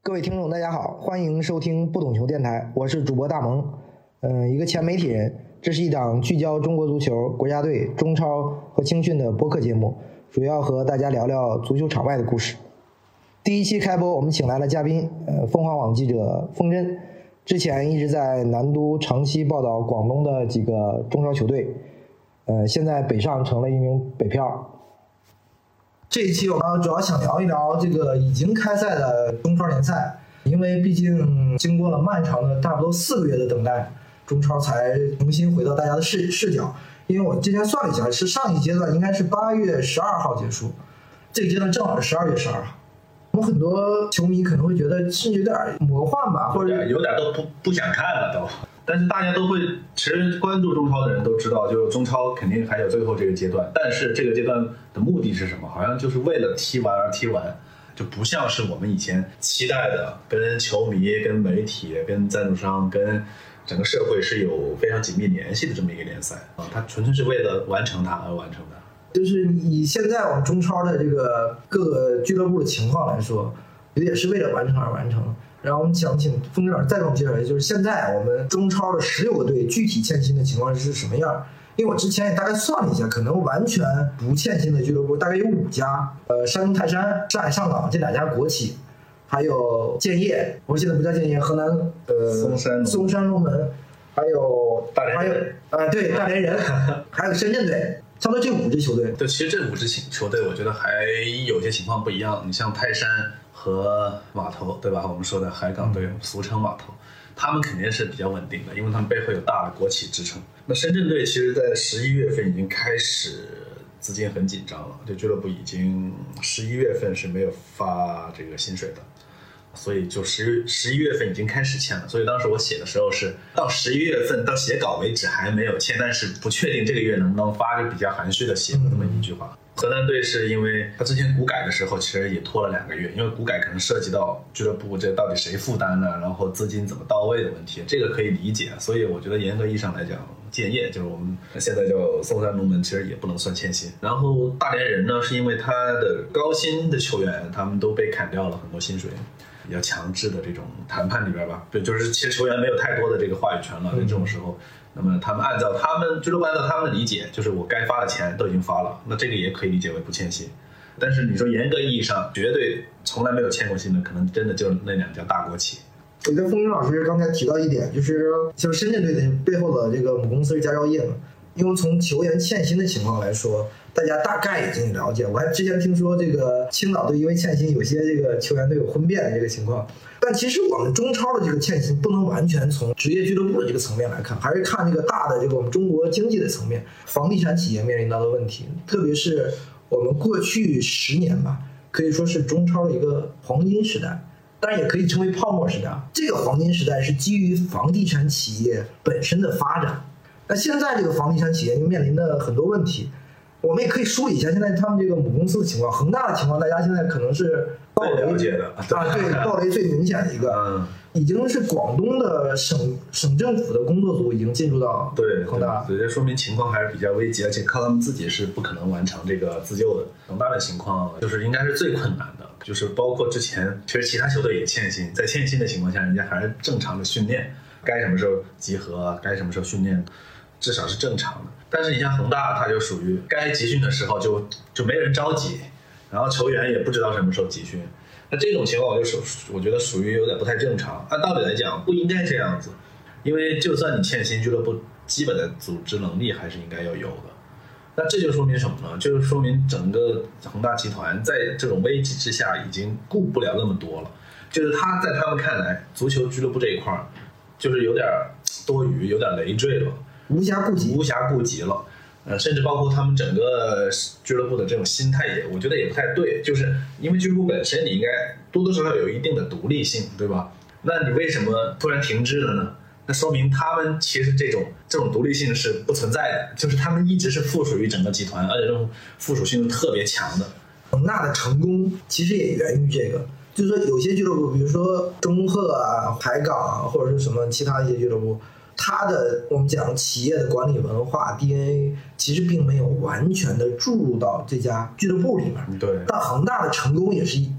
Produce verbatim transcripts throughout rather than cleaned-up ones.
各位听众大家好，欢迎收听不懂球电台，我是主播大萌，嗯、呃，一个前媒体人。这是一档聚焦中国足球、国家队、中超和青训的播客节目，主要和大家聊聊足球场外的故事。第一期开播，我们请来了嘉宾，呃，凤凰网记者风真，之前一直在南都长期报道广东的几个中超球队，呃，现在北上成了一名北漂。这一期我们主要想聊一聊这个已经开赛的中超联赛，因为毕竟经过了漫长的差不多四个月的等待，中超才重新回到大家的视视角。因为我之前算了一下，是上一阶段应该是八月十二号结束，这个阶段正好是十二月十二号。我们很多球迷可能会觉得甚至有点魔幻吧，或者有点都不不想看了都。但是大家都会，其实关注中超的人都知道，就是中超肯定还有最后这个阶段，但是这个阶段的目的是什么？好像就是为了踢完而踢完，就不像是我们以前期待的，跟球迷、跟媒体、跟赞助商、跟整个社会是有非常紧密联系的这么一个联赛啊，它纯粹是为了完成它而完成的。 就是以现在我们中超的这个各个俱乐部的情况来说，也是为了完成而完成。然后我们想请风真老师再给我们介绍一下，就是现在我们中超的十六个队具体欠薪的情况是什么样？因为我之前也大概算了一下，可能完全不欠薪的俱乐部大概有五家，呃，山东泰山、上海上港这两家国企，还有建业，我现在不叫建业，河南呃嵩山嵩山龙门，还有大连还有啊、呃、对大连人，还有深圳队。差不多这五支球队， 对，其实这五支球队我觉得还有些情况不一样。你像泰山和码头，对吧？我们说的海港队，俗称码头，他们肯定是比较稳定的，因为他们背后有大的国企支撑。那深圳队其实在十一月份已经开始资金很紧张了，这俱乐部已经十一月份是没有发这个薪水的。所以就十十一月份已经开始欠了，所以当时我写的时候是到十一月份到写稿为止还没有欠，但是不确定这个月能不能发，就比较含蓄的写了这么一句话。河南队是因为他之前股改的时候其实也拖了两个月，因为股改可能涉及到俱乐部这到底谁负担呢，然后资金怎么到位的问题，这个可以理解。所以我觉得严格意义上来讲，建业就是我们现在叫嵩山龙门，其实也不能算欠薪。然后大连人呢，是因为他的高薪的球员他们都被砍掉了很多薪水，比较强制的这种谈判里边吧，对，就是其实球员没有太多的这个话语权了。在这种时候，那么他们按照他们俱乐部按照他们的理解，就是我该发的钱都已经发了，那这个也可以理解为不欠薪。但是你说严格意义上绝对从来没有欠过薪的，可能真的就是那两家大国企。我觉得风真老师刚才提到一点，就是就是深圳队的背后的这个母公司是佳兆业嘛，因为从球员欠薪的情况来说，大家大概已经了解。我还之前听说这个青岛队因为欠薪，有些这个球员都有婚变的这个情况。但其实我们中超的这个欠薪不能完全从职业俱乐部的这个层面来看，还是看这个大的这个我们中国经济的层面，房地产企业面临到的问题，特别是我们过去十年吧，可以说是中超的一个黄金时代。当然也可以称为泡沫时代。这个黄金时代是基于房地产企业本身的发展。那现在这个房地产企业面临的很多问题，我们也可以梳理一下现在他们这个母公司的情况。恒大的情况，大家现在可能是暴雷了解的啊，对，暴雷最明显的一个，嗯、已经是广东的省省政府的工作组已经进入到对恒大， 对，这说明情况还是比较危急，而且靠他们自己是不可能完成这个自救的。恒大的情况就是应该是最困难的。就是包括之前其实其他球队也欠薪，在欠薪的情况下，人家还是正常的训练，该什么时候集合，该什么时候训练，至少是正常的。但是你像恒大，他就属于该集训的时候就就没人着急，然后球员也不知道什么时候集训。那这种情况我就属我觉得属于有点不太正常。按道理来讲不应该这样子，因为就算你欠薪，俱乐部基本的组织能力还是应该要有的。那这就说明什么呢？就是说明整个恒大集团在这种危机之下已经顾不了那么多了。就是他在他们看来，足球俱乐部这一块就是有点多余，有点累赘了， 无暇顾及， 无暇顾及了。呃，甚至包括他们整个俱乐部的这种心态也，我觉得也不太对。就是因为俱乐部本身你应该多多少少有一定的独立性，对吧？那你为什么突然停滞了呢？那说明他们其实这种这种独立性是不存在的，就是他们一直是附属于整个集团，而且这种附属性是特别强的。 恒大的成功其实也源于这个，就是说有些俱乐部，比如说中赫啊、海港啊，或者是什么其他一些俱乐部，它的我们讲企业的管理文化 D N A 其实并没有完全的注入到这家俱乐部里面。 对， 但恒大的成功也是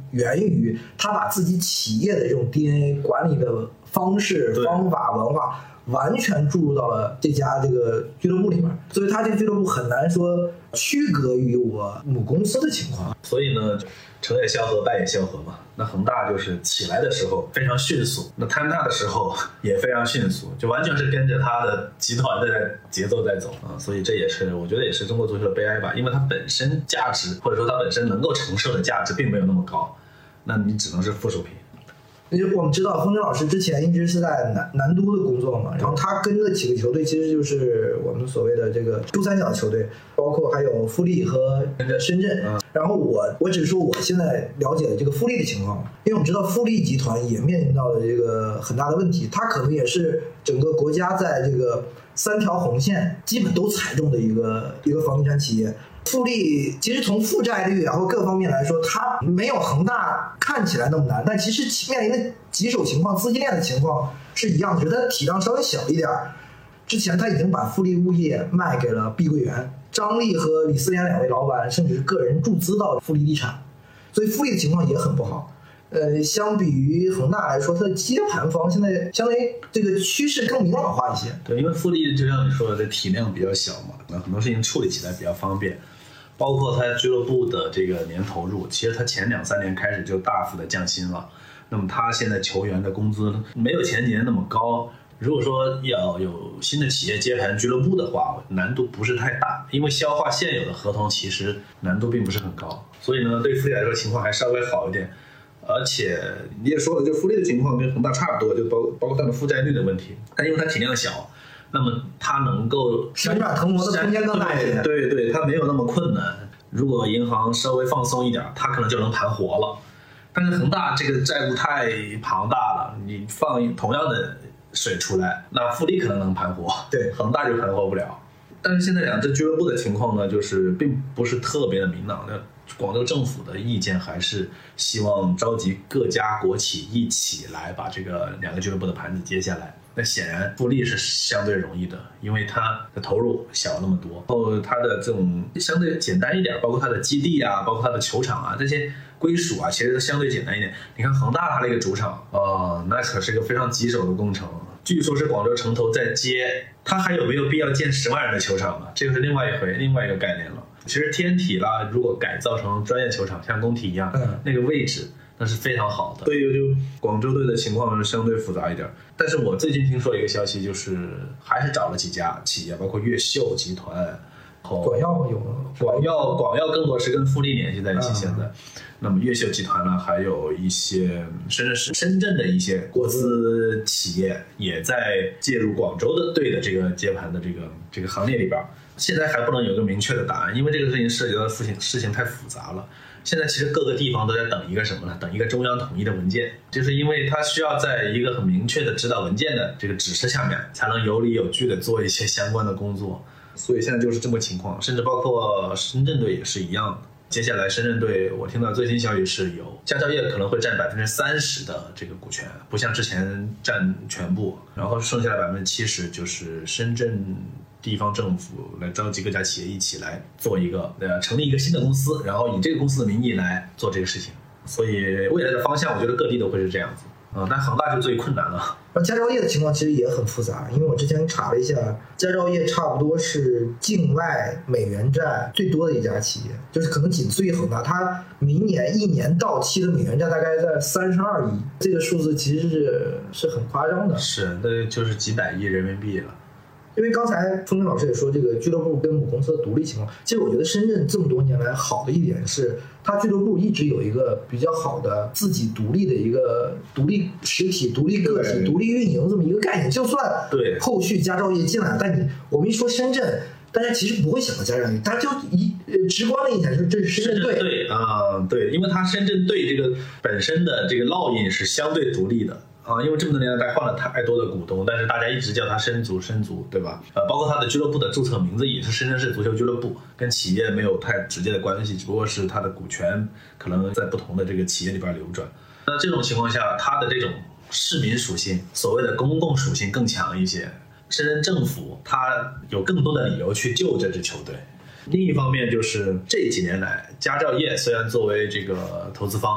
源于他把自己企业的这种 D N A 管理的方式、方法、文化完全注入到了这家这个俱乐部里面，所以他这个俱乐部很难说区隔于我母公司的情况。 所以呢，成也萧何，败也萧何嘛。那恒大就是起来的时候非常迅速，那坍塌的时候也非常迅速，就完全是跟着他的集团的节奏在走啊。所以这也是我觉得也是中国足球的悲哀吧，因为它本身价值或者说它本身能够承受的价值并没有那么高，那你只能是附属品。 我们知道风筝老师之前一直是在南南都的工作嘛，然后他跟的几个球队其实就是我们所谓的这个珠三角球队，包括还有富力和深圳。然后我我只是说我现在了解的这个富力的情况，因为我们知道富力集团也面临到的这个很大的问题，它可能也是整个国家在这个三条红线基本都踩中的一个一个房地产企业。富力其实从负债率然后各方面来说，它没有恒大看起来那么难，但其实面临的棘手情况、资金链的情况是一样的，只是它体量稍微小一点。之前他已经把富力物业卖给了碧桂园，张力和李思廉两位老板甚至是个人注资到富力地产，所以富力的情况也很不好。呃，相比于恒大来说，它的接盘方现在相当于这个趋势更明朗化一些。 对，因为富力就像你说的，体量比较小嘛，那很多事情处理起来比较方便。包括他俱乐部的这个年投入，其实他前两三年开始就大幅的降薪了。那么他现在球员的工资没有前几年那么高。如果说要有新的企业接盘俱乐部的话，难度不是太大，因为消化现有的合同其实难度并不是很高。所以呢，对富力来说情况还稍微好一点。而且你也说了，就富力的情况跟恒大差不多，就包包括它的负债率的问题。但因为它体量小，那么它能够闪转腾挪的空间更大一些。 对对，它没有那么困难。如果银行稍微放松一点，它可能就能盘活了。但是恒大这个债务太庞大了，你放同样的水出来，那富力可能能盘活， 对， 恒大就盘活不了。但是现在两支俱乐部的情况呢，就是并不是特别的明朗。那广州政府的意见还是希望召集各家国企一起来把这个两个俱乐部的盘子接下来。那显然富力是相对容易的，因为它的投入小那么多，然后它的这种相对简单一点，包括它的基地啊，包括它的球场啊，这些归属啊，其实都相对简单一点。你看恒大它那个主场，哦，那可是一个非常棘手的工程。据说是广州城投在接，它还有没有必要建十万人的球场呢？这个是另外一回另外一个概念了。其实天体啦，如果改造成专业球场，像工体一样，嗯、那个位置那是非常好的。所以就广州队的情况是相对复杂一点。但是我最近听说一个消息，就是还是找了几家企业，包括越秀集团。 广药有广药，广药更多是跟富力联系在一起。现在，嗯、那么越秀集团呢，还有一些深圳市深圳的一些国资企业也在介入广州的队的这个接盘的这个这个行列里边。现在还不能有个明确的答案，因为这个事情涉及到的事情事情太复杂了。现在其实各个地方都在等一个什么呢？等一个中央统一的文件，就是因为它需要在一个很明确的指导文件的这个指示下面，才能有理有据的做一些相关的工作。所以现在就是这么情况，甚至包括深圳队也是一样的。接下来深圳队，我听到最新消息是有佳兆业可能会占百分之三十的这个股权，不像之前占全部，然后剩下的百分之七十就是深圳地方政府来召集各家企业一起来做一个呃成立一个新的公司，然后以这个公司的名义来做这个事情。所以未来的方向，我觉得各地都会是这样子。嗯，但恒大就最困难了。 佳兆业的情况其实也很复杂，因为我之前查了一下，佳兆业差不多是境外美元债最多的一家企业，就是可能仅次于恒大。它明年一年到期的美元债大概在三十二亿，这个数字其实是是很夸张的。 是，那就是几百亿人民币了。 因为刚才风筝老师也说，这个俱乐部跟母公司的独立情况，其实我觉得深圳这么多年来好的一点是，它俱乐部一直有一个比较好的自己独立的一个独立实体、独立个体、独立运营这么一个概念。就算对后续佳兆业进来，但你我们一说深圳，大家其实不会想到佳兆业，大家就一直观的印象就是这是深圳队。 对啊、呃，对，因为它深圳队这个本身的这个烙印是相对独立的。啊，因为这么多年来换了太多的股东，但是大家一直叫它深足深足，对吧？呃，包括它的俱乐部的注册名字也是深圳市足球俱乐部，跟企业没有太直接的关系，只不过是它的股权可能在不同的这个企业里边流转。那这种情况下，它的这种市民属性，所谓的公共属性更强一些。深圳政府它有更多的理由去救这支球队。另一方面就是这几年来，佳兆业虽然作为这个投资方，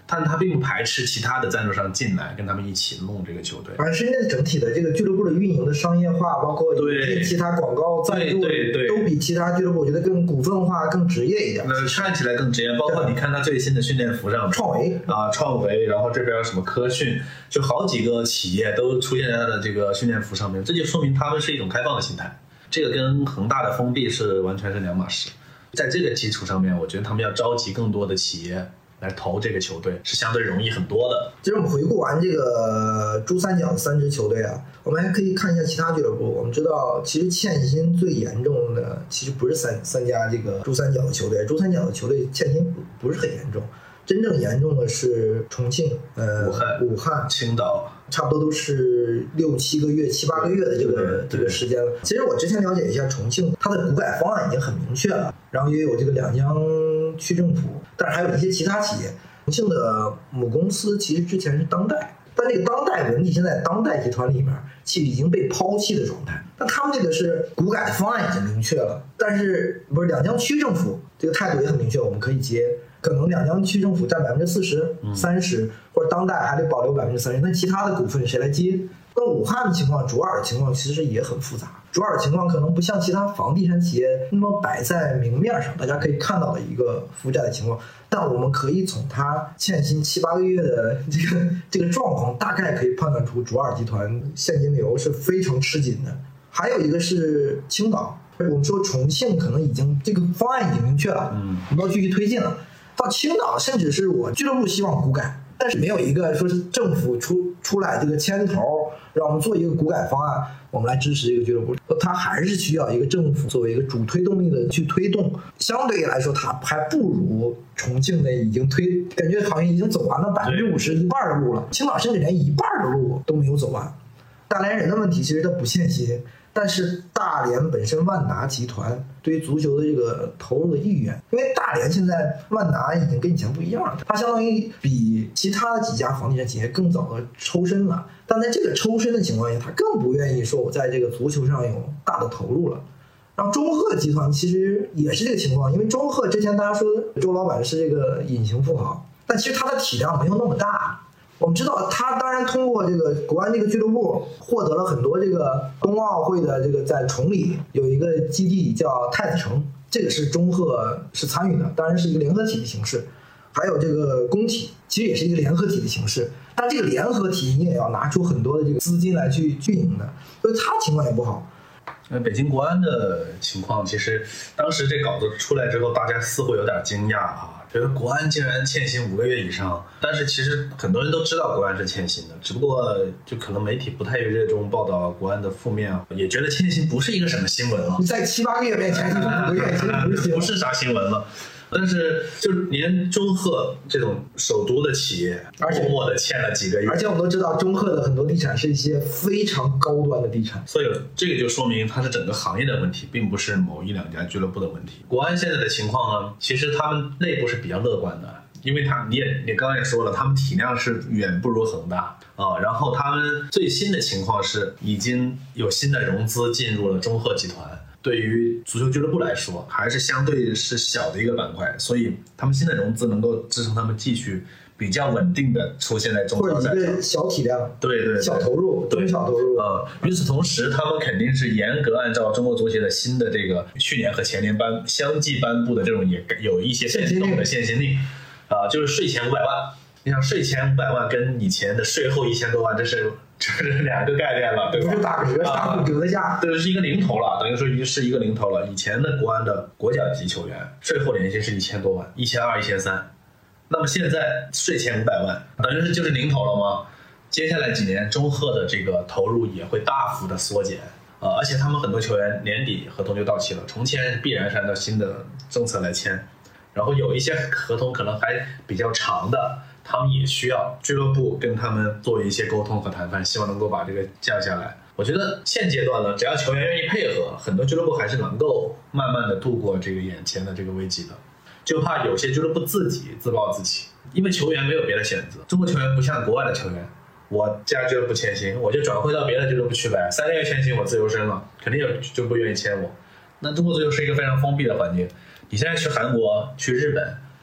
但他并不排斥其他的赞助商进来跟他们一起弄这个球队。 而深圳整体的这个俱乐部的运营的商业化，包括其他广告赞助， 对对对， 都比其他俱乐部我觉得更股份化、更职业一点。 那看起来更职业，包括你看他最新的训练服上， 创维啊，创维，然后这边什么科讯，就好几个企业都出现在他的这个训练服上面，这就说明他们是一种开放的心态。这个跟恒大的封闭是完全是两码事。在这个基础上面，我觉得他们要召集更多的企业来投这个球队是相对容易很多的。 其实我们回顾完这个珠三角的三支球队啊，我们还可以看一下其他俱乐部。我们知道，其实欠薪最严重的其实不是三三家这个珠三角的球队，珠三角的球队欠薪不是很严重，真正严重的是重庆、呃、 武汉、 武汉、 青岛， 差不多都是六七个月、七八个月的这个这个时间了。其实我之前了解一下重庆，它的股改方案已经很明确了，然后也有这个两江区政府，但是还有一些其他企业。重庆的母公司其实之前是当代，但这个当代文体现在当代集团里面其实已经被抛弃的状态。但他们这个是股改的方案已经明确了，但是不是两江区政府这个态度也很明确，我们可以接。可能两江区政府占百分之四十、三十，或者当代还得保留百分之三十，那其他的股份谁来接？那武汉的情况、卓尔的情况其实也很复杂。卓尔的情况可能不像其他房地产企业那么摆在明面上，大家可以看到的一个负债的情况，但我们可以从它欠薪七八个月的这个这个状况，大概可以判断出卓尔集团现金流是非常吃紧的。还有一个是青岛，我们说重庆可能已经这个方案已经明确了，嗯，我们要继续推进了。到青岛，甚至是我俱乐部希望股改，但是没有一个说是政府出出来这个牵头，让我们做一个股改方案，我们来支持这个俱乐部。它还是需要一个政府作为一个主推动力的去推动。相对来说，它还不如重庆的已经推，感觉好像已经走完了百分之五十一半的路了。青岛甚至连一半的路都没有走完。大连人的问题其实它不欠薪。但是大连本身万达集团对于足球的这个投入的意愿，因为大连现在万达已经跟以前不一样了，它相当于比其他几家房地产企业更早的抽身了。但在这个抽身的情况下，他更不愿意说我在这个足球上有大的投入了。然后中赫集团其实也是这个情况，因为中赫之前大家说周老板是这个隐形富豪，但其实他的体量没有那么大。我们知道他当然通过这个国安这个俱乐部获得了很多这个冬奥会的这个在崇礼有一个基地叫太子城，这个是中赫是参与的，当然是一个联合体的形式。还有这个工体其实也是一个联合体的形式，但这个联合体你也要拿出很多的这个资金来去运营的，所以他情况也不好。 北京国安的情况，其实当时这稿子出来之后，大家似乎有点惊讶啊，觉得国安竟然欠薪五个月以上。但是其实很多人都知道国安是欠薪的，只不过就可能媒体不太热衷报道国安的负面，也觉得欠薪不是一个什么新闻了。 在七八个月面前，五个月其实不是不是啥新闻了。但是就是连中赫这种首都的企业，默默的欠了几个月， 而且我们都知道中赫的很多地产是一些非常高端的地产， 所以这个就说明它是整个行业的问题，并不是某一两家俱乐部的问题。国安现在的情况呢，其实他们内部是比较乐观的，因为他你也你刚刚也说了，他们体量是远不如恒大啊，然后他们最新的情况是已经有新的融资进入了中赫集团。对于足球俱乐部来说，还是相对是小的一个板块，所以他们新的融资能够支撑他们继续比较稳定的出现在中超赛场， 或者一个小体量， 对 对, 对， 小投入，中小投入。 呃，与此同时，他们肯定是严格按照中国足协的新的这个去年和前年颁相继颁布的这种也有一些变动的限薪令，啊、呃，就是税前五百万。你想税前五百万跟以前的税后一千多万，这是这是两个概念了，对吧？ 不是打折，打五折价， 对，是一个零头了，等于说是一个零头了。以前的国安的国脚级球员税后年薪是一千多万，一千二、一千三。那么现在税前五百万，等于是就是零头了吗？接下来几年中赫的这个投入也会大幅的缩减，呃，而且他们很多球员年底合同就到期了，重签必然是按照新的政策来签，然后有一些合同可能还比较长的。他们也需要俱乐部跟他们做一些沟通和谈判，希望能够把这个降下来。我觉得现阶段呢，只要球员愿意配合，很多俱乐部还是能够慢慢的度过这个眼前的这个危机的。就怕有些俱乐部自己自暴自弃，因为球员没有别的选择。中国球员不像国外的球员，我这家俱乐部签薪，我就转会到别的俱乐部去呗，三个月签薪我自由身了，肯定有俱乐部愿意签我。那中国足球是一个非常封闭的环境，你现在去韩国、去日本。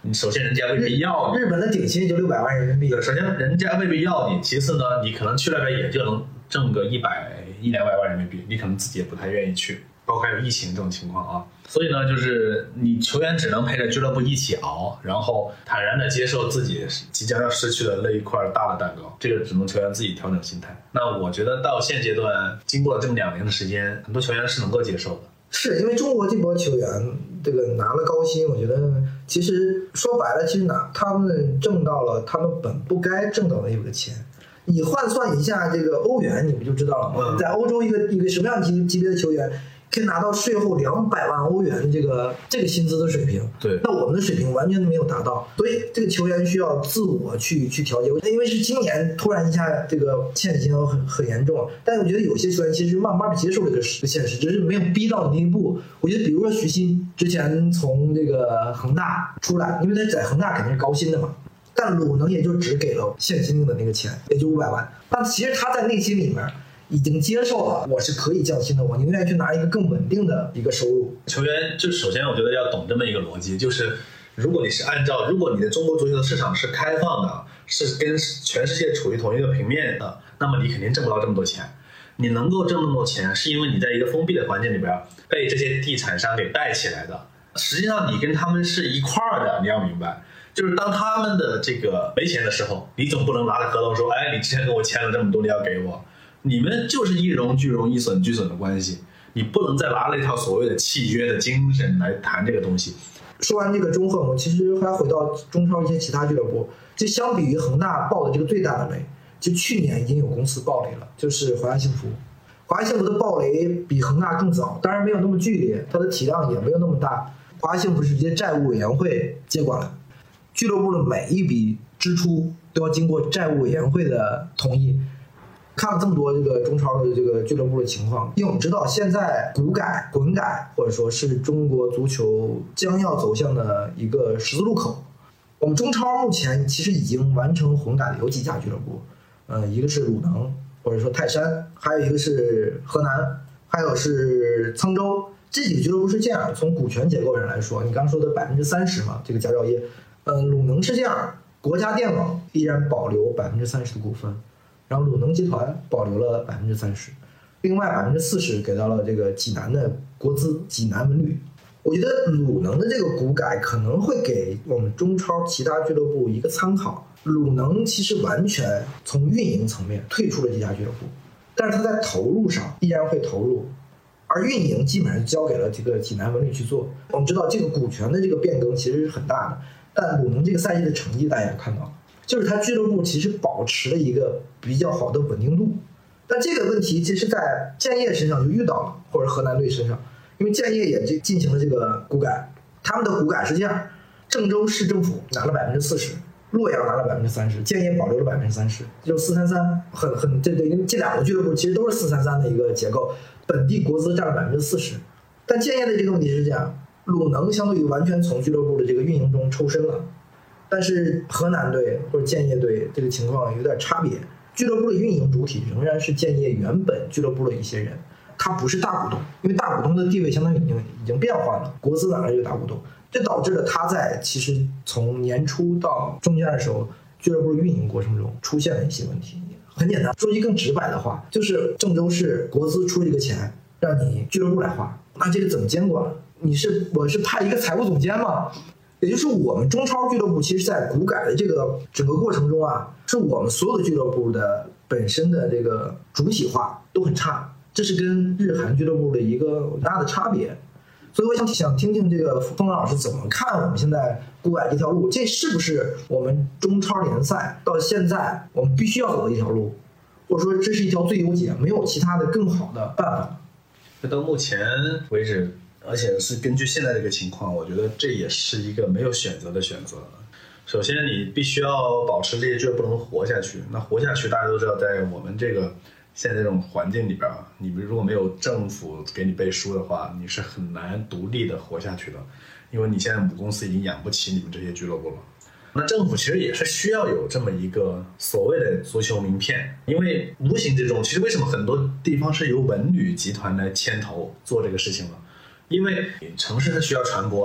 你首先人家未必要你， 日本的顶薪就六百万人民币。 首先人家未必要你，其次呢，你可能去那边也就能挣个一百一两百万人民币，你可能自己也不太愿意去。包括还有疫情这种情况啊，所以呢，就是你球员只能陪着俱乐部一起熬，然后坦然的接受自己即将要失去的那一块大的蛋糕，这个只能球员自己调整心态。那我觉得到现阶段，经过了这么两年的时间，很多球员是能够接受的。 是因为中国这波球员这个拿了高薪，我觉得其实说白了，其实拿他们挣到了他们本不该挣到的一个钱。你换算一下这个欧元，你不就知道了吗？嗯、在欧洲一个一个什么样级级别的球员可以拿到税后两百万欧元这个这个薪资的水平？ 对， 那我们的水平完全没有达到，所以这个球员需要自我去去调节。因为是今年突然一下这个欠薪很很严重，但是我觉得有些球员其实慢慢的接受这个现实，只是没有逼到那一步。我觉得比如说徐新之前从这个恒大出来，因为他在恒大肯定是高薪的嘛。但鲁能也就只给了现金的那个钱，也就五百万。但其实他在内心里面已经接受了，我是可以降薪的，我宁愿去拿一个更稳定的一个收入。 球员就首先我觉得要懂这么一个逻辑，就是如果你是按照，如果你的中国足球的市场是开放的，是跟全世界处于同一个平面的，那么你肯定挣不到这么多钱。你能够挣那么多钱，是因为你在一个封闭的环境里边被这些地产商给带起来的。实际上你跟他们是一块儿的，你要明白。就是当他们的这个没钱的时候，你总不能拿着合同说，哎，你之前跟我签了这么多，你要给我。你们就是一荣俱荣，一损俱损的关系，你不能再拿了一套所谓的契约的精神来谈这个东西。 说完这个中赫，我其实还回到中超一些其他俱乐部，就相比于恒大爆的这个最大的雷，就去年已经有公司爆雷了，就是华夏幸福。华夏幸福的爆雷比恒大更早，当然没有那么剧烈，它的体量也没有那么大。华夏幸福是直接债务委员会接管了。俱乐部的每一笔支出都要经过债务委员会的同意。看了这么多这个中超的这个俱乐部的情况，因为我们知道现在股改、混改，或者说是中国足球将要走向的一个十字路口。我们中超目前其实已经完成混改的有几家俱乐部，呃，一个是鲁能，或者说泰山，还有一个是河南，还有是沧州。这几个俱乐部是这样，从股权结构上来说，你刚说的百分之三十嘛，这个佳兆业。嗯，鲁能是这样，国家电网依然保留百分之三十的股份，然后鲁能集团保留了百分之三十，另外百分之四十给到了这个济南的国资济南文旅。我觉得鲁能的这个股改可能会给我们中超其他俱乐部一个参考。鲁能其实完全从运营层面退出了这家俱乐部，但是他在投入上依然会投入，而运营基本上交给了这个济南文旅去做。我们知道这个股权的这个变更其实是很大的。但鲁能这个赛季的成绩大家也看到，就是他俱乐部其实保持了一个比较好的稳定度。但这个问题其实在建业身上就遇到了，或者河南队身上，因为建业也进行了这个股改，他们的股改是这样：郑州市政府拿了百分之四十，洛阳拿了百分之三十，建业保留了百分之三十，就四三三，很很这对，因为这两个俱乐部其实都是四三三的一个结构，本地国资占了百分之四十。但建业的这个问题是这样。鲁能相对于完全从俱乐部的这个运营中抽身了，但是河南队或者建业队这个情况有点差别，俱乐部的运营主体仍然是建业原本俱乐部的一些人，他不是大股东，因为大股东的地位相当于已经已经变换了，国资拿了一个大股东，这导致了他在其实从年初到中间的时候，俱乐部运营过程中出现了一些问题。很简单，说句更直白的话，就是郑州市国资出这个钱让你俱乐部来花，那这个怎么监管？你是我是派一个财务总监嘛？也就是我们中超俱乐部其实在股改的这个整个过程中啊，是我们所有的俱乐部的本身的这个主体化都很差，这是跟日韩俱乐部的一个很大的差别。所以我想想听听这个风老师怎么看我们现在股改这条路，这是不是我们中超联赛到现在我们必须要走的一条路，或者说这是一条最优解，没有其他的更好的办法？ 到目前为止。而且是根据现在这个情况，我觉得这也是一个没有选择的选择。首先你必须要保持这些俱乐部能活下去，那活下去大家都知道，在我们这个现在这种环境里边，你如果没有政府给你背书的话，你是很难独立的活下去的，因为你现在母公司已经养不起你们这些俱乐部了。那政府其实也是需要有这么一个所谓的足球名片，因为无形之中，其实为什么很多地方是由文旅集团来牵头做这个事情呢？因为城市是需要传播的，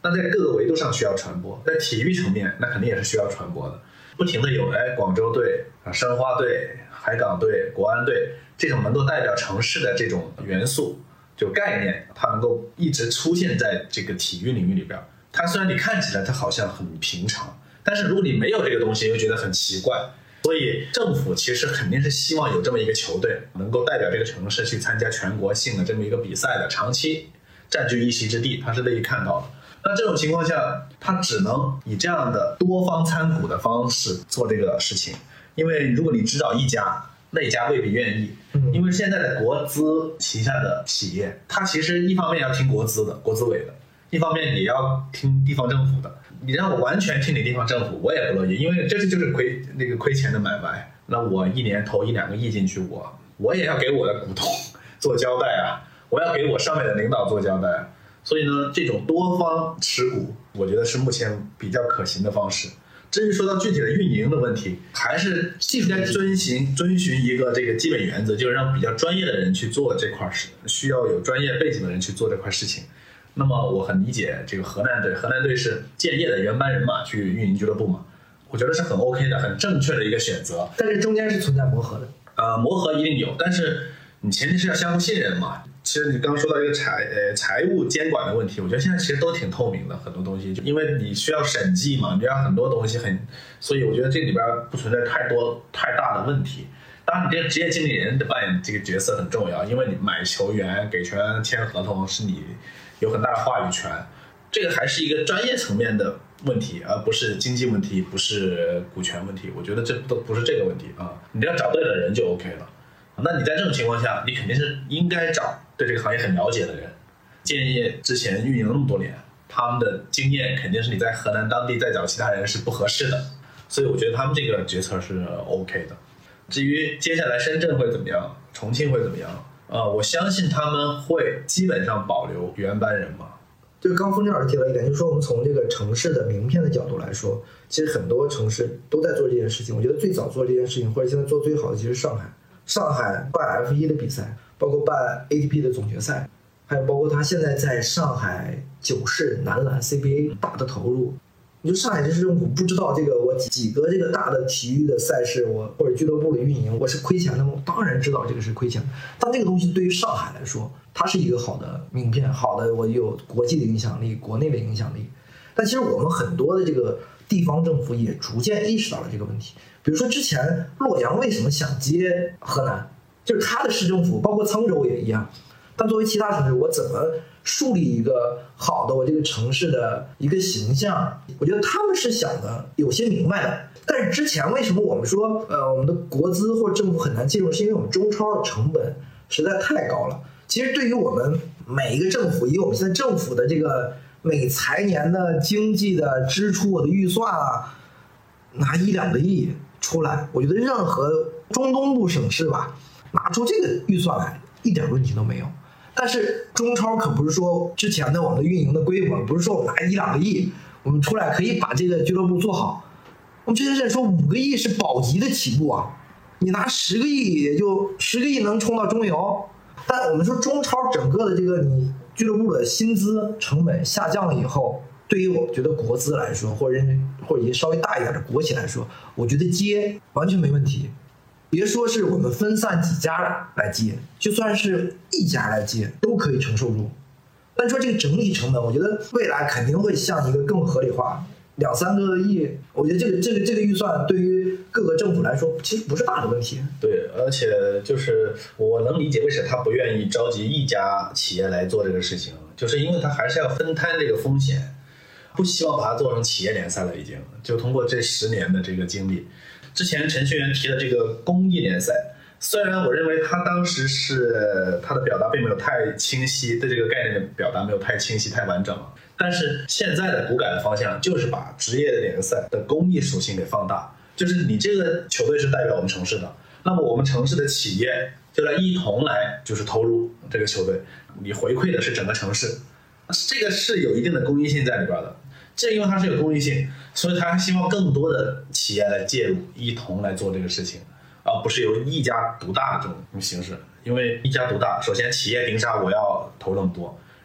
那在各个维度上需要传播，在体育层面那肯定也是需要传播的，不停的有哎广州队啊、申花队、海港队、国安队这种能够代表城市的这种元素就概念，它能够一直出现在这个体育领域里边。它虽然你看起来它好像很平常，但是如果你没有这个东西又觉得很奇怪。所以政府其实肯定是希望有这么一个球队能够代表这个城市去参加全国性的这么一个比赛的，长期占据一席之地，他是乐意看到的。那这种情况下他只能以这样的多方参股的方式做这个事情，因为如果你只找一家，那一家未必愿意，因为现在的国资旗下的企业，它其实一方面要听国资的国资委的，一方面也要听地方政府的。你让我完全听你地方政府，我也不乐意，因为这就是亏那个亏钱的买卖。那我一年投一两个亿进去，我我也要给我的股东做交代啊，我要给我上面的领导做交代啊。所以呢，这种多方持股，我觉得是目前比较可行的方式。至于说到具体的运营的问题，还是应该遵循遵循一个这个基本原则，就是让比较专业的人去做这块事，需要有专业背景的人去做这块事情。那么我很理解这个河南队，河南队是建业的原班人马去运营俱乐部嘛，我觉得是很 OK 的，很正确的一个选择。 但是中间是存在磨合的。 呃，磨合一定有，但是你前提是要相互信任嘛。其实你刚刚说到一个财呃财务监管的问题，我觉得现在其实都挺透明的，很多东西，就因为你需要审计嘛，你要很多东西很，所以我觉得这里边不存在太多太大的问题。当然，你这个职业经理人的扮演这个角色很重要，因为你买球员、给球员签合同是你有很大的话语权，这个还是一个专业层面的问题，而不是经济问题，不是股权问题。我觉得这都不是这个问题啊，你要找对了人就 OK 了。那你在这种情况下，你肯定是应该找对这个行业很了解的人。建业之前运营了那么多年，他们的经验肯定是你在河南当地再找其他人是不合适的，所以我觉得他们这个决策是 OK 的。至于接下来深圳会怎么样，重庆会怎么样，呃，我相信他们会基本上保留原班人马。 就刚峰正老师提到一点，就是说我们从这个城市的名片的角度来说，其实很多城市都在做这件事情。我觉得最早做这件事情，或者现在做最好的，其实是上海。上海办 F 一 的比赛，包括办 A T P 的总决赛，还有包括他现在在上海九市男篮 C B A 大的投入。你说上海市政府不知道这个我几个这个大的体育的赛事，我或者俱乐部的运营，我是亏钱的吗？当然知道这个是亏钱的，但这个东西对于上海来说，它是一个好的名片，好的我有国际的影响力，国内的影响力。但其实我们很多的这个地方政府也逐渐意识到了这个问题。比如说之前洛阳为什么想接河南，就是他的市政府，包括沧州也一样。但作为其他城市，我怎么树立一个好的我这个城市的一个形象？我觉得他们是想的有些明白的。但是之前为什么我们说，呃，我们的国资或者政府很难介入，是因为我们中超的成本实在太高了。其实对于我们每一个政府，以我们现在政府的这个每财年的经济的支出、我的预算啊，拿一两个亿出来，我觉得任何中东部省市吧，拿出这个预算来，一点问题都没有。但是中超可不是说之前的我们的运营的规模，不是说我们拿一两个亿，我们出来可以把这个俱乐部做好。我们之前在说五个亿是保级的起步啊，你拿十个亿也就十个亿能冲到中游。但我们说中超整个的这个你俱乐部的薪资成本下降了以后，对于我觉得国资来说，或者或者一些稍微大一点的国企来说，我觉得接完全没问题。别说是我们分散几家来接，就算是一家来接都可以承受住。但说这个整体成本，我觉得未来肯定会向一个更合理化，两三个亿，我觉得这个这个这个预算对于各个政府来说其实不是大的问题。 对，而且就是我能理解为什么他不愿意召集一家企业来做这个事情，就是因为他还是要分摊这个风险，不希望把它做成企业联赛了。已经就通过这十年的这个经历。之前程序员提的这个公益联赛，虽然我认为他当时是他的表达并没有太清晰，对这个概念的表达没有太清晰太完整了，但是现在的股改的方向就是把职业联赛的公益属性给放大，就是你这个球队是代表我们城市的，那么我们城市的企业就来一同来就是投入这个球队，你回馈的是整个城市，这个是有一定的公益性在里边的。正因为它是有公益性，所以他希望更多的企业来介入，一同来做这个事情，而不是由一家独大的这种形式。因为一家独大，首先企业凭啥我要投那么多，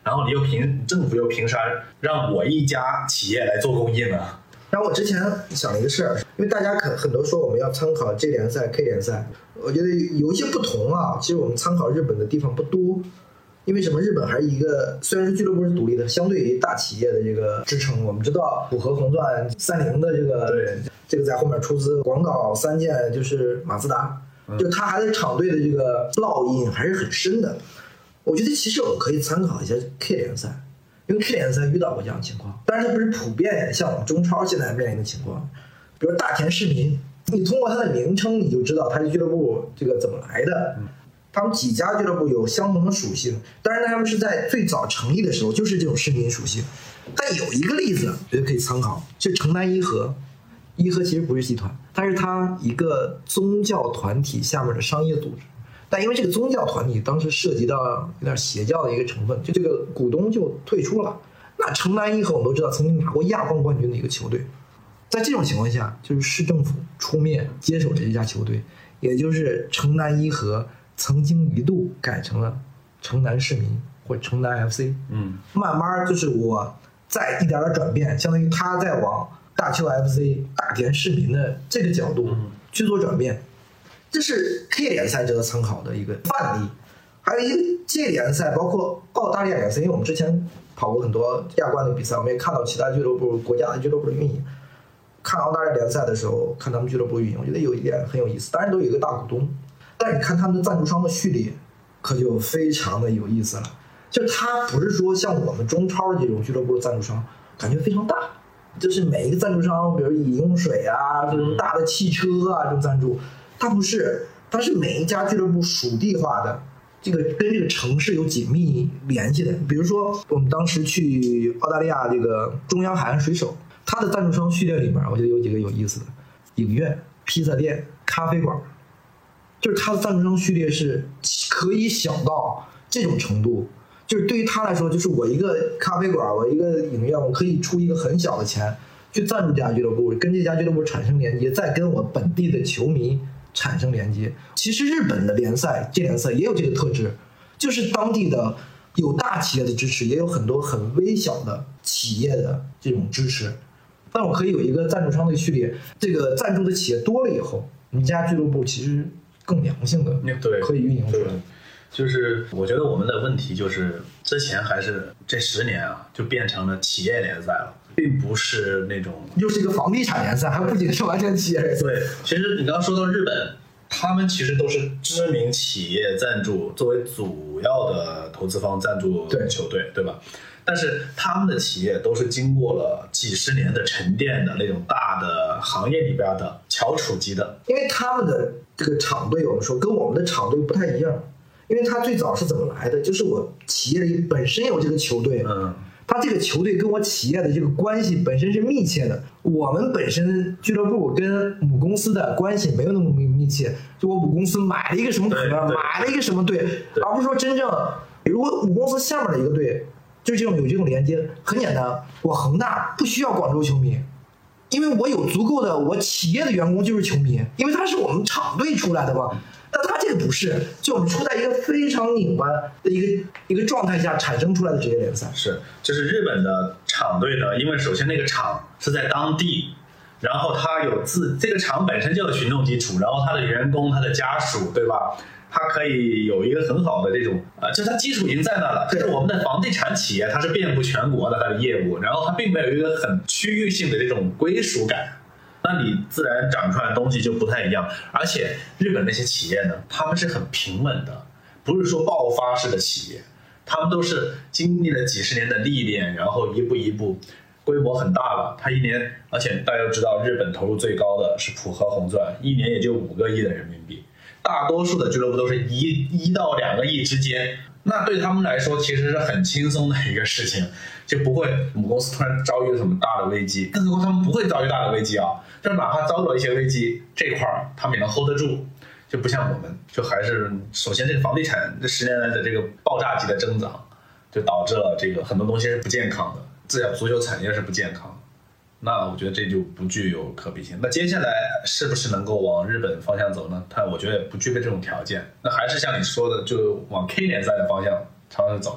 然后你又凭政府又凭啥让我一家企业来做公益呢？ 然后我之前想了一个事儿，因为大家可很多说我们要参考 J 联赛、K 联赛，我觉得有一些不同啊。其实我们参考日本的地方不多，因为什么？日本还是一个虽然是俱乐部是独立的，相对于大企业的这个支撑。我们知道浦和红钻、三菱的这个对这个在后面出资，广岛三箭就是马自达，就他还在厂队的这个烙印还是很深的。我觉得其实我们可以参考一下 K 联赛。因为 K 联赛遇到过这样的情况，但是它不是普遍像我们中超现在面临的情况。比如大田市民，你通过它的名称你就知道它是俱乐部这个怎么来的。他们几家俱乐部有相同的属性，当然他们是在最早成立的时候就是这种市民属性。但有一个例子我觉得可以参考，是城南伊和。伊和其实不是集团，它是它一个宗教团体下面的商业组织。但因为这个宗教团体当时涉及到有点邪教的一个成分，就这个股东就退出了。那城南伊和我们都知道曾经拿过亚冠冠军的一个球队，在这种情况下，就是市政府出面接手了这家球队，也就是城南伊和曾经一度改成了城南市民或者城南 F C。 嗯， 慢慢就是我在一点点转变，相当于他在往大邱 F C、大田市民的这个角度去做转变。这是 K 联赛值得参考的一个范例，还有一个 J 联赛，包括澳大利亚联赛，因为我们之前跑过很多亚冠的比赛，我们也看到其他俱乐部、国家的俱乐部的运营。看澳大利亚联赛的时候，看他们俱乐部运营，我觉得有一点很有意思。当然都有一个大股东，但是你看他们的赞助商的序列，可就非常的有意思了。就是他不是说像我们中超的这种俱乐部的赞助商，感觉非常大。就是每一个赞助商，比如饮用水啊，这种大的汽车啊，这种赞助。它不是，它是每一家俱乐部属地化的，这个跟这个城市有紧密联系的。比如说，我们当时去澳大利亚这个中央海岸水手，它的赞助商序列里面，我觉得有几个有意思的：影院、披萨店、咖啡馆，就是它的赞助商序列是可以小到这种程度。就是对于他来说，就是我一个咖啡馆，我一个影院，我可以出一个很小的钱去赞助这家俱乐部，跟这家俱乐部产生连接，再跟我本地的球迷产生连接。其实日本的联赛、这联赛也有这个特质，就是当地的有大企业的支持，也有很多很微小的企业的这种支持。但我可以有一个赞助商的序列，这个赞助的企业多了以后，你家俱乐部其实更良性的， 对， 可以运营出来。 就是我觉得我们的问题就是之前还是这十年啊，就变成了企业联赛了，并不是那种又是一个房地产联赛，还不仅是完全企业联赛。 对，其实你刚刚说到日本，他们其实都是知名企业赞助作为主要的投资方赞助球队， 对, 对吧？但是他们的企业都是经过了几十年的沉淀的那种大的行业里边的翘楚级的， 因为他们的这个厂队，我们说跟我们的厂队不太一样。因为他最早是怎么来的？就是我企业里本身有这个球队， 嗯， 他这个球队跟我企业的这个关系本身是密切的。我们本身俱乐部跟母公司的关系没有那么密切，就我母公司买了一个什么壳，买了一个什么队，而不是说真正，如果母公司下面的一个队，就是这种有这种连接。很简单，我恒大不需要广州球迷，因为我有足够的我企业的员工就是球迷，因为他是我们厂队出来的嘛。但他这个不是，就我们处在一个非常拧巴的一个一个状态下产生出来的职业联赛。 是，就是日本的厂队呢，因为首先那个厂是在当地，然后他有自这个厂本身就有群众基础，然后他的员工、他的家属，对吧？他可以有一个很好的这种啊、呃，就是他基础已经在那了。就是我们的房地产企业，它是遍布全国的它的业务，然后它并没有一个很区域性的这种归属感。那你自然长出来的东西就不太一样，而且日本那些企业呢，他们是很平稳的，不是说爆发式的企业，他们都是经历了几十年的历练，然后一步一步，规模很大了。他一年，而且大家都知道，日本投入最高的是浦和红钻，一年也就五个亿的人民币，大多数的俱乐部都是一一到两个亿之间。那对他们来说其实是很轻松的一个事情，就不会母公司突然遭遇了什么大的危机，更何况他们不会遭遇大的危机啊，就哪怕遭到一些危机，这块儿他们也能 hold 得住，就不像我们，就还是首先这个房地产这十年来的这个爆炸级的增长，就导致了这个很多东西是不健康的，自然足球产业是不健康的。那我觉得这就不具有可比性。那接下来是不是能够往日本方向走呢？它我觉得不具备这种条件。那还是像你说的，就往 K 联赛的方向尝试走一走。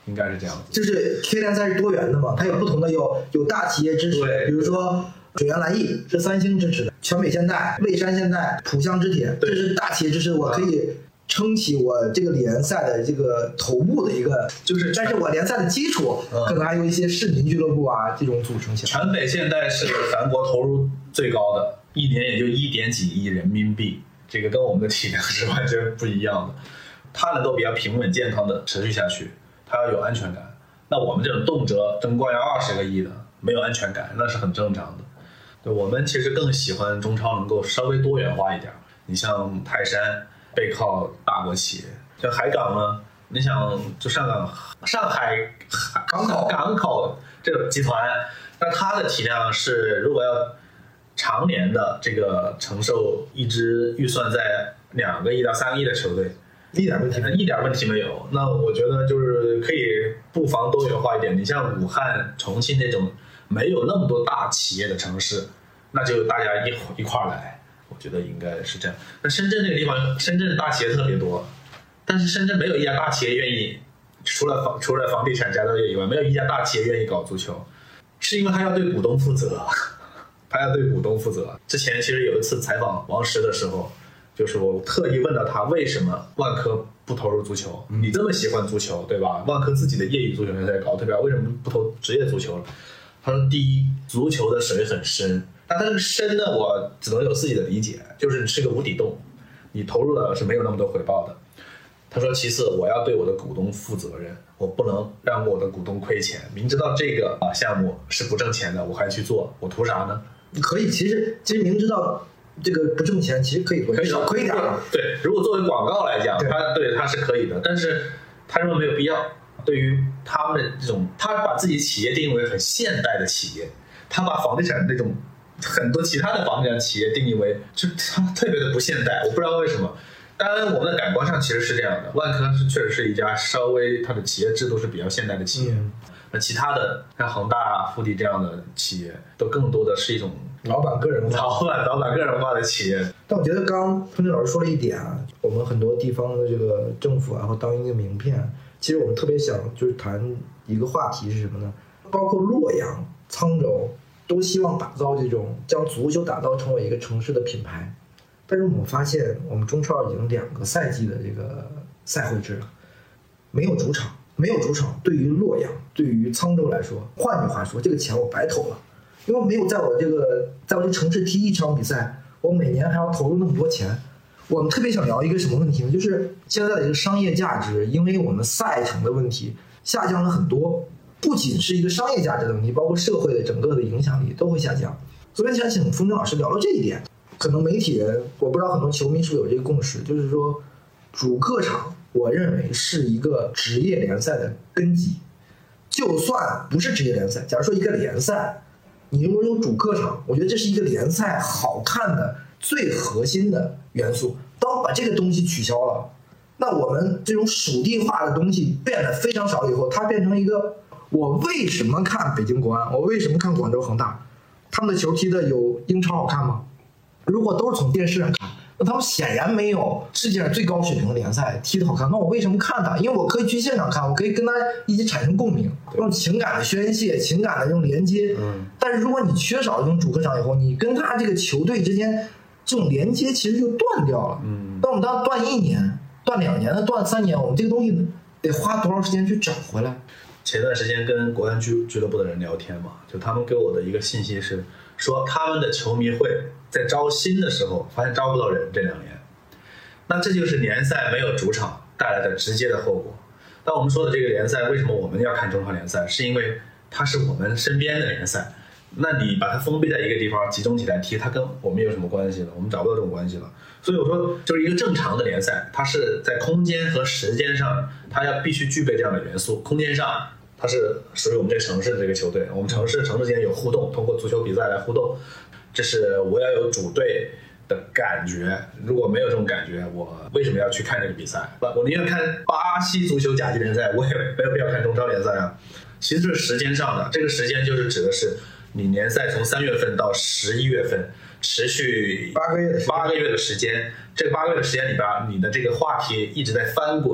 应该是这样子。 就是 K 联赛是多元的嘛，它有不同的有有大企业支持，比如说水源蓝翼是三星支持的，全北现代、蔚山现代、浦项制铁，这是大企业支持，我可以撑起我这个联赛的这个头部的一个，就是但是我联赛的基础、嗯、可能还有一些市民俱乐部啊这种组成起来。 全北现代是咱国投入最高的，一年也就一点几亿人民币，这个跟我们的体量是完全不一样的。它能够比较平稳健康的持续下去，它要有安全感。那我们这种动辄争冠要二十个亿的，没有安全感，那是很正常的。对，我们其实更喜欢中超能够稍微多元化一点。你像泰山背靠大国企业，像海港呢，你想就上港上海港口港口这个集团，那它的体量是如果要常年的这个承受一支预算在两个亿到三个亿的球队， 一点问题一点问题没有。那我觉得就是可以不妨多元化一点。你像武汉、重庆那种没有那么多大企业的城市，那就大家一一块儿来，我觉得应该是这样。那深圳那个地方，深圳的大企业特别多，但是深圳没有一家大企业愿意，除了房除了房地产加造业以外，没有一家大企业愿意搞足球，是因为他要对股东负责，他要对股东负责。之前其实有一次采访王石的时候，就是我特意问到他为什么万科不投入足球？你这么喜欢足球，对吧？万科自己的业余足球联赛搞特别好，为什么不投职业足球了？他说：第一，足球的水很深，但它这个深呢，我只能有自己的理解，就是你是个无底洞，你投入的是没有那么多回报的。他说：其次，我要对我的股东负责任，我不能让我的股东亏钱。明知道这个项目是不挣钱的，我还去做，我图啥呢？ 可以，其实其实明知道这个不挣钱，其实可以可以少亏一点。 对，如果作为广告来讲，它对它是可以的，但是他认为没有必要。对于他们的这种，他把自己企业定义为很现代的企业，他把房地产那种很多其他的房地产企业定义为就他特别的不现代，我不知道为什么。当然，我们的感官上其实是这样的，万科是确实是一家稍微它的企业制度是比较现代的企业。嗯、那其他的像恒大、富力这样的企业，都更多的是一种老板个人化、 老板老板个人化的企业。 但我觉得刚刚春天老师说了一点啊，我们很多地方的这个政府啊，或当一个名片。其实我们特别想就是谈一个话题是什么呢？包括洛阳、沧州都希望打造这种将足球打造成为一个城市的品牌，但是我们发现我们中超已经两个赛季的这个赛会制了，没有主场，没有主场，对于洛阳、对于沧州来说，换句话说，这个钱我白投了，因为没有在我这个在我这城市踢一场比赛，我每年还要投入那么多钱。我们特别想聊一个什么问题呢？就是现在的这个商业价值，因为我们赛程的问题下降了很多，不仅是一个商业价值的问题，包括社会的整个的影响力都会下降。昨天想请风筝老师聊聊这一点。可能媒体人，我不知道很多球迷是不是有这个共识，就是说主客场我认为是一个职业联赛的根基。就算不是职业联赛，假如说一个联赛，你如果有主客场，我觉得这是一个联赛好看的最核心的元素。当把这个东西取消了，那我们这种属地化的东西变得非常少以后，它变成一个，我为什么看北京国安，我为什么看广州恒大，他们的球踢的有英超好看吗？如果都是从电视上看，那他们显然没有世界上最高水平的联赛踢得好看。那我为什么看它？因为我可以去现场看，我可以跟他一起产生共鸣，用情感的宣泄、情感的这种连接。嗯。但是如果你缺少这种主客场以后，你跟他这个球队之间这种连接其实就断掉了。嗯。那我们当断一年、断两年、断三年，我们这个东西得花多少时间去找回来？ 前段时间跟国安俱俱乐部的人聊天嘛，就他们给我的一个信息是说，他们的球迷会在招新的时候发现招不到人，这两年，那这就是联赛没有主场带来的直接的后果。那我们说的这个联赛，为什么我们要看中超联赛？是因为它是我们身边的联赛，那你把它封闭在一个地方集中起来踢，它跟我们有什么关系了？我们找不到这种关系了。所以我说，就是一个正常的联赛，它是在空间和时间上，它要必须具备这样的元素。空间上，它是属于我们这个城市的这个球队，我们城市城市间有互动，通过足球比赛来互动，这是我要有主队的感觉。如果没有这种感觉，我为什么要去看这个比赛？我宁愿看巴西足球甲级联赛，我也没有必要看中超联赛啊。其实是时间上的，这个时间就是指的是你联赛从三月份到十一月份持续八个月八个月的时间，这八个月的时间里边，你的这个话题一直在翻滚，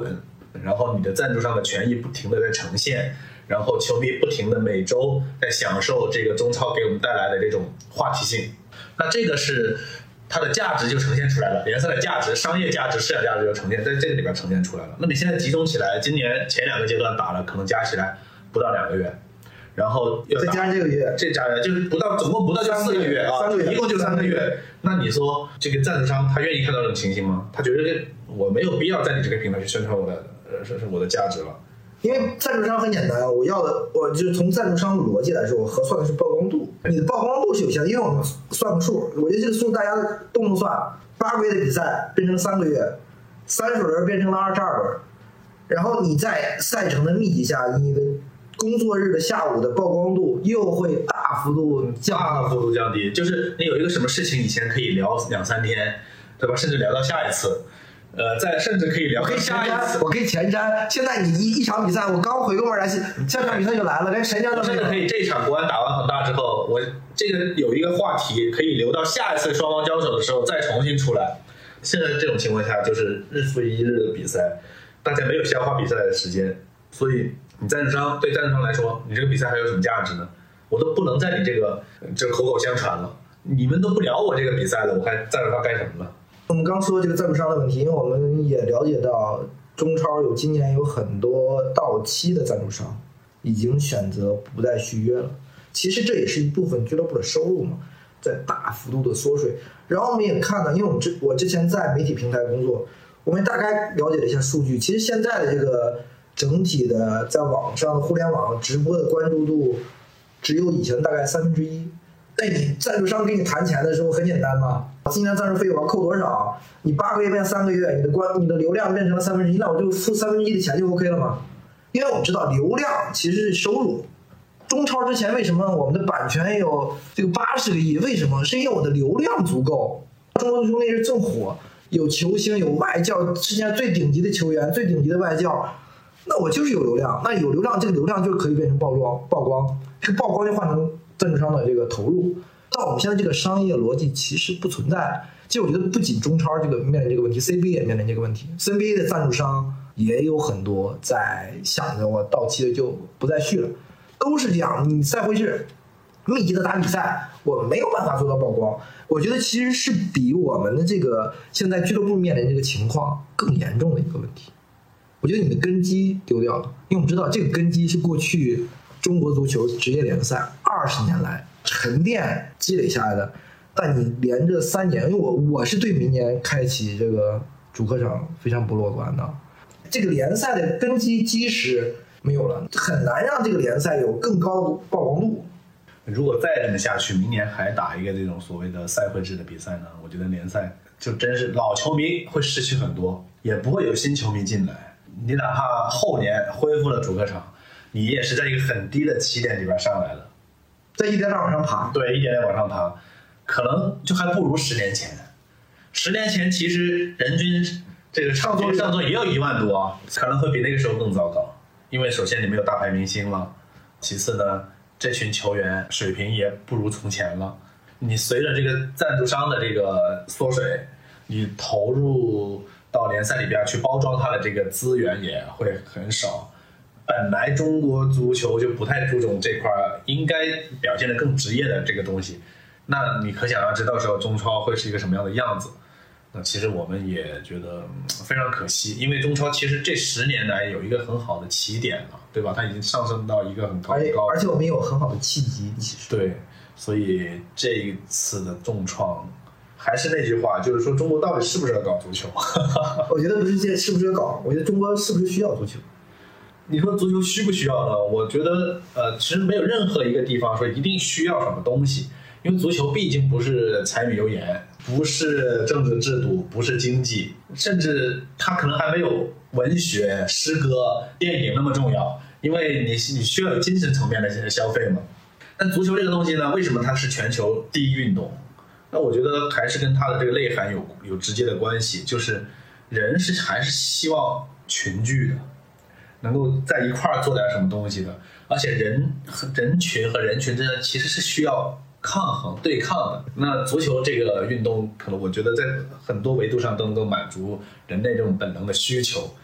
然后你的赞助商的权益不停的在呈现，然后球迷不停的每周在享受这个中超给我们带来的这种话题性，那这个是它的价值就呈现出来了，联赛的价值、商业价值、市场价值就呈现在这个里边呈现出来了。那你现在集中起来，今年前两个阶段打了，可能加起来不到两个月。然后再加上这个月， 这加上就是不到，总共不到就四个月啊， 三个月， 一共就三个月。那你说这个赞助商他愿意看到这种情形吗？他觉得我没有必要在你这个平台去宣传我的呃是是我的价值了。 因为赞助商很简单，我要的我就是从赞助商的逻辑来说，我核算的是曝光度。你的曝光度是有限的，因为我们算个数，我觉得这个数大家动动算，八个月的比赛变成三个月，三十轮变成了二十二轮，然后你在赛程的密集下，你的工作日的下午的曝光度又会大幅度降低， 大幅度降低。就是你有一个什么事情以前可以聊两三天，对吧？甚至聊到下一次，呃，再甚至可以聊到下一次。 我可以前瞻，现在你一一场比赛，我刚回过门来，下场比赛就来了，连神将都甚至可以这一场国安打完恒大之后，我这个有一个话题可以留到下一次双方交手的时候再重新出来。现在这种情况下，就是日复一日的比赛，大家没有消化比赛的时间，所以你赞助商对赞助商来说，你这个比赛还有什么价值呢？我都不能在你这个这个口口相传了，你们都不聊我这个比赛了，我还赞助商干什么呢？ 我们刚说这个赞助商的问题，因为我们也了解到中超有今年有很多到期的赞助商已经选择不再续约了，其实这也是一部分俱乐部的收入嘛，在大幅度的缩水。然后我们也看到，因为我们之我之前在媒体平台工作，我们大概了解了一下数据，其实现在的这个整体的在网上的互联网直播的关注度只有以前大概三分之一。那你赞助商给你谈钱的时候很简单嘛，今年赞助费我要扣多少？你八个月变三个月，你的关你的流量变成了三分之一，那我就付三分之一的钱就 OK 了嘛？因为我们知道流量其实是收入。中超之前为什么我们的版权有这个八十个亿？为什么？是因为我的流量足够。中国足球那是正火，有球星，有外教，世界上最顶级的球员，最顶级的外教。那我就是有流量，那有流量，这个流量就可以变成曝光，曝光，这个曝光就换成赞助商的这个投入。到我们现在这个商业逻辑其实不存在。其实我觉得不仅中超这个面临这个问题 ，C B A 也面临这个问题。C B A 的赞助商也有很多在想着我到期了就不再续了，都是这样。你赛会制密集的打比赛，我没有办法做到曝光。我觉得其实是比我们的这个现在俱乐部面临这个情况更严重的一个问题。我觉得你的根基丢掉了，因为我们知道这个根基是过去中国足球职业联赛二十年来沉淀积累下来的。但你连着三年，因为我我是对明年开启这个主客场非常不乐观的。这个联赛的根基基石没有了，很难让这个联赛有更高的曝光度。 如果再这么下去，明年还打一个这种所谓的赛会制的比赛呢，我觉得联赛就真是老球迷会失去很多，也不会有新球迷进来。你哪怕后年恢复了主客场，你也是在一个很低的起点里边上来的， 在一点点往上爬， 对，一点点往上爬，可能就还不如十年前。十年前其实人均这个上座上座也有一万多，可能会比那个时候更糟糕。因为首先你没有大牌明星了，其次呢，这群球员水平也不如从前了。你随着这个赞助商的这个缩水，你投入到联赛里边去包装它的这个资源也会很少。本来中国足球就不太注重这块应该表现得更职业的这个东西，那你可想而知到时候中超会是一个什么样的样子。那其实我们也觉得非常可惜，因为中超其实这十年来有一个很好的起点了，对吧？它已经上升到一个很高很高， 而且我们有很好的契机，其实对，所以这一次的重创，还是那句话，就是说中国到底是不是要搞足球？ 我觉得不是这是不是要搞，我觉得中国是不是需要足球？ 你说足球需不需要呢？我觉得呃，其实没有任何一个地方说一定需要什么东西，因为足球毕竟不是柴米油盐，不是政治制度，不是经济，甚至它可能还没有文学、诗歌、电影那么重要，因为你你需要有精神层面的消费嘛。但足球这个东西呢，为什么它是全球第一运动？那我觉得还是跟它的这个内涵有有直接的关系，就是人是还是希望群聚的，能够在一块儿做点什么东西的，而且人人群和人群之间其实是需要抗衡对抗的。那足球这个运动可能我觉得在很多维度上都能够满足人类这种本能的需求，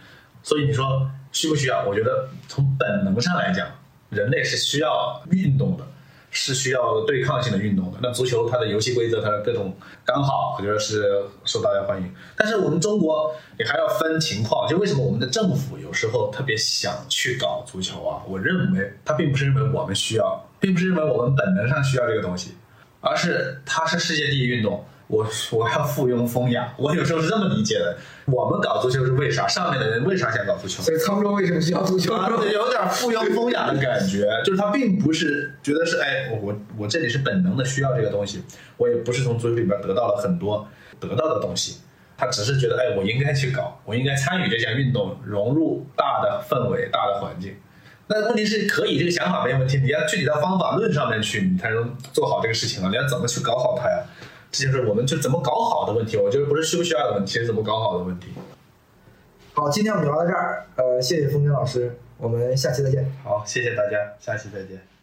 所以你说需不需要？我觉得从本能上来讲，人类是需要运动的，是需要对抗性的运动的。那足球它的游戏规则，它的各种刚好，我觉得是受大家欢迎。但是我们中国也还要分情况，就为什么我们的政府有时候特别想去搞足球啊？我认为它并不是认为我们需要，并不是认为我们本能上需要这个东西，而是它是世界第一运动。我我要附庸风雅，我有时候是这么理解的。我们搞足球是为啥？上面的人为啥想搞足球？ 所以沧州为什么需要足球？ 有点附庸风雅的感觉，就是他并不是觉得是哎，我我这里是本能的需要这个东西，我也不是从足球里边得到了很多得到的东西，他只是觉得哎，我应该去搞，我应该参与这项运动，融入大的氛围、大的环境。那问题是可以，这个想法没有问题，你要具体到方法论上面去，你才能做好这个事情啊！你要怎么去搞好它呀？这就是我们就怎么搞好的问题。我觉得不是需不需要的问题，是怎么搞好的问题。 好，今天我们聊到这儿，呃，谢谢风景老师，我们下期再见。 好，谢谢大家，下期再见。